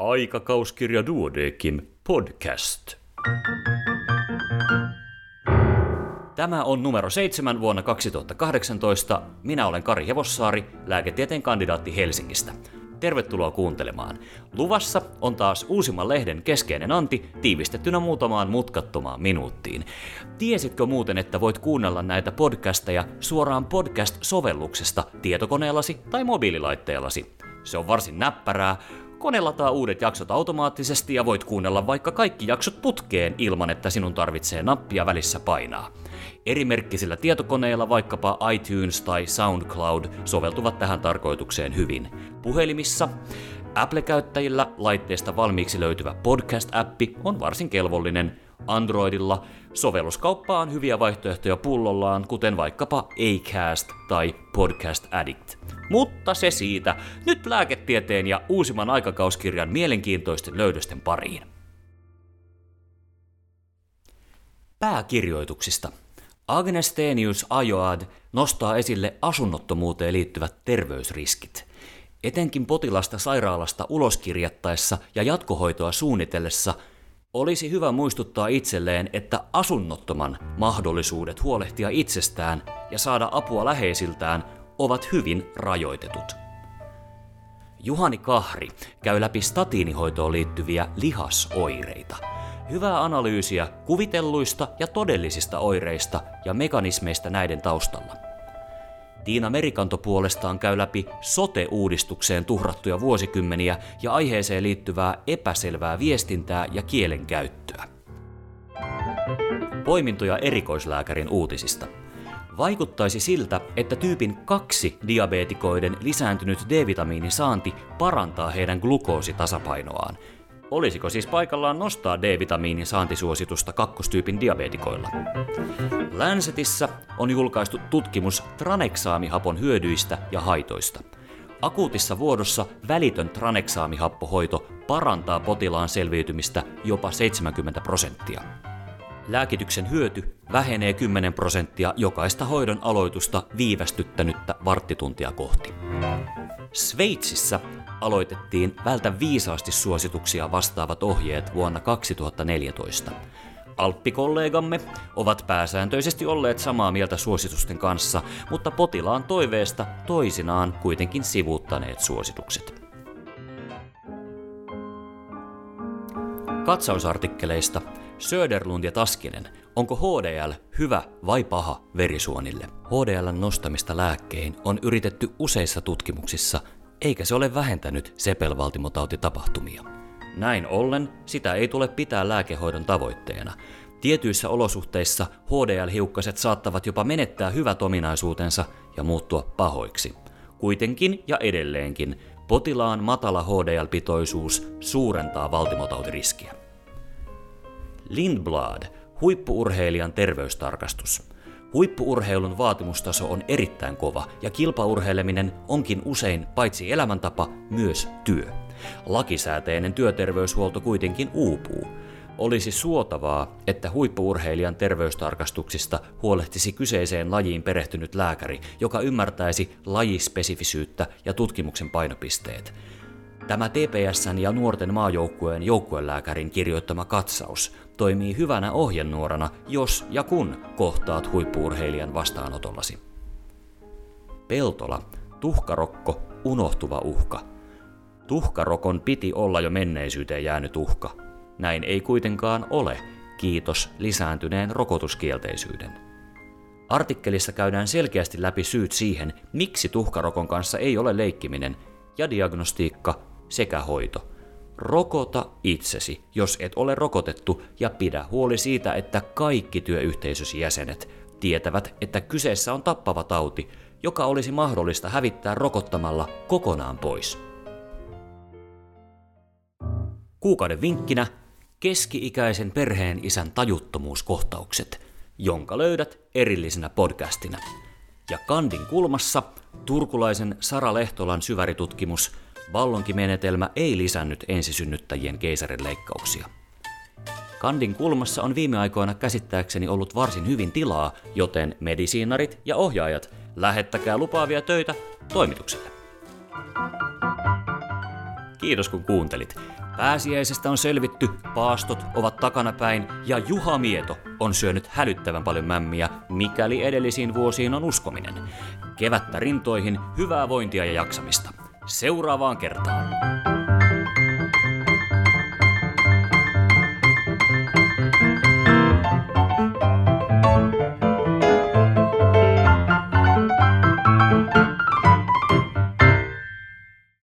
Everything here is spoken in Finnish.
Aikakauskirja Duodecim podcast. Tämä on numero 7 vuonna 2018. Minä olen Kari Hevossaari, lääketieteen kandidaatti Helsingistä. Tervetuloa kuuntelemaan. Luvassa on taas uusimman lehden keskeinen anti tiivistettynä muutamaan mutkattomaan minuuttiin. Tiesitkö muuten, että voit kuunnella näitä podcasteja suoraan podcast-sovelluksesta tietokoneellasi tai mobiililaitteellasi? Se on varsin näppärää. Kone lataa uudet jaksot automaattisesti ja voit kuunnella vaikka kaikki jaksot putkeen ilman, että sinun tarvitsee nappia välissä painaa. Erimerkkisillä tietokoneilla vaikkapa iTunes tai SoundCloud soveltuvat tähän tarkoitukseen hyvin. Puhelimissa Apple-käyttäjillä laitteesta valmiiksi löytyvä podcast-appi on varsin kelvollinen. Androidilla sovelluskauppaan on hyviä vaihtoehtoja pullollaan, kuten vaikkapa Acast tai Podcast Addict. Mutta se siitä. Nyt lääketieteen ja uusimman aikakauskirjan mielenkiintoisten löydösten pariin. Pääkirjoituksista. Agnes Stenius-Ajoad nostaa esille asunnottomuuteen liittyvät terveysriskit. Etenkin potilasta sairaalasta uloskirjattaessa ja jatkohoitoa suunnitellessa olisi hyvä muistuttaa itselleen, että asunnottoman mahdollisuudet huolehtia itsestään ja saada apua läheisiltään ovat hyvin rajoitetut. Juhani Kahri käy läpi statiinihoitoon liittyviä lihasoireita. Hyvää analyysiä kuvitelluista ja todellisista oireista ja mekanismeista näiden taustalla. Tiina Merikanto puolestaan käy läpi sote-uudistukseen tuhrattuja vuosikymmeniä ja aiheeseen liittyvää epäselvää viestintää ja kielenkäyttöä. Poimintoja erikoislääkärin uutisista. Vaikuttaisi siltä, että tyypin 2 diabeetikoiden lisääntynyt D-vitamiinin saanti parantaa heidän glukoositasapainoaan. Olisiko siis paikallaan nostaa D-vitamiinin saantisuositusta kakkostyypin diabeetikoilla? Lancetissa on julkaistu tutkimus traneksaamihapon hyödyistä ja haitoista. Akuutissa vuodossa välitön traneksaamihappohoito parantaa potilaan selviytymistä jopa 70%. Lääkityksen hyöty vähenee 10% jokaista hoidon aloitusta viivästyttänyttä varttituntia kohti. Sveitsissä aloitettiin vältä viisaasti suosituksia vastaavat ohjeet vuonna 2014. Alppikollegamme ovat pääsääntöisesti olleet samaa mieltä suositusten kanssa, mutta potilaan toiveesta toisinaan kuitenkin sivuuttaneet suositukset. Katsausartikkeleista Söderlund ja Taskinen. Onko HDL hyvä vai paha verisuonille? HDL:n nostamista lääkkein on yritetty useissa tutkimuksissa, eikä se ole vähentänyt sepelvaltimotautitapahtumia. Näin ollen sitä ei tule pitää lääkehoidon tavoitteena. Tietyissä olosuhteissa HDL-hiukkaset saattavat jopa menettää hyvät ominaisuutensa ja muuttua pahoiksi. Kuitenkin ja edelleenkin potilaan matala HDL-pitoisuus suurentaa valtimotautiriskiä. Lindblad, huippu-urheilijan terveystarkastus. Huippu-urheilun vaatimustaso on erittäin kova ja kilpaurheileminen onkin usein paitsi elämäntapa myös työ. Lakisääteinen työterveyshuolto kuitenkin uupuu. Olisi suotavaa, että huippu-urheilijan terveystarkastuksista huolehtisi kyseiseen lajiin perehtynyt lääkäri, joka ymmärtäisi lajispesifisyyttä ja tutkimuksen painopisteet. Tämä TPS:n ja nuorten maajoukkueen joukkuelääkärin kirjoittama katsaus toimii hyvänä ohjenuorana, jos ja kun kohtaat huippu-urheilijan vastaanotollasi. Peltola, tuhkarokko, unohtuva uhka. Tuhkarokon piti olla jo menneisyyteen jäänyt uhka. Näin ei kuitenkaan ole, kiitos lisääntyneen rokotuskielteisyyden. Artikkelissa käydään selkeästi läpi syyt siihen, miksi tuhkarokon kanssa ei ole leikkiminen, ja diagnostiikka sekä hoito. Rokota itsesi, jos et ole rokotettu, ja pidä huoli siitä, että kaikki työyhteisösi jäsenet tietävät, että kyseessä on tappava tauti, joka olisi mahdollista hävittää rokottamalla kokonaan pois. Kuukauden vinkkinä keski-ikäisen perheen isän tajuttomuuskohtaukset, jonka löydät erillisenä podcastina. Ja Kandin kulmassa turkulaisen Sara Lehtolan syväritutkimus Ballonkimenetelmä ei lisännyt ensisynnyttäjien keisarinleikkauksia. Kandin kulmassa on viime aikoina käsittääkseni ollut varsin hyvin tilaa, joten medisiinarit ja ohjaajat, lähettäkää lupaavia töitä toimitukselle. Kiitos kun kuuntelit. Pääsiäisestä on selvitty, paastot ovat takanapäin ja Juha Mieto on syönyt hälyttävän paljon mämmiä, mikäli edellisiin vuosiin on uskominen. Kevättä rintoihin, hyvää vointia ja jaksamista. Seuraavaan kertaan.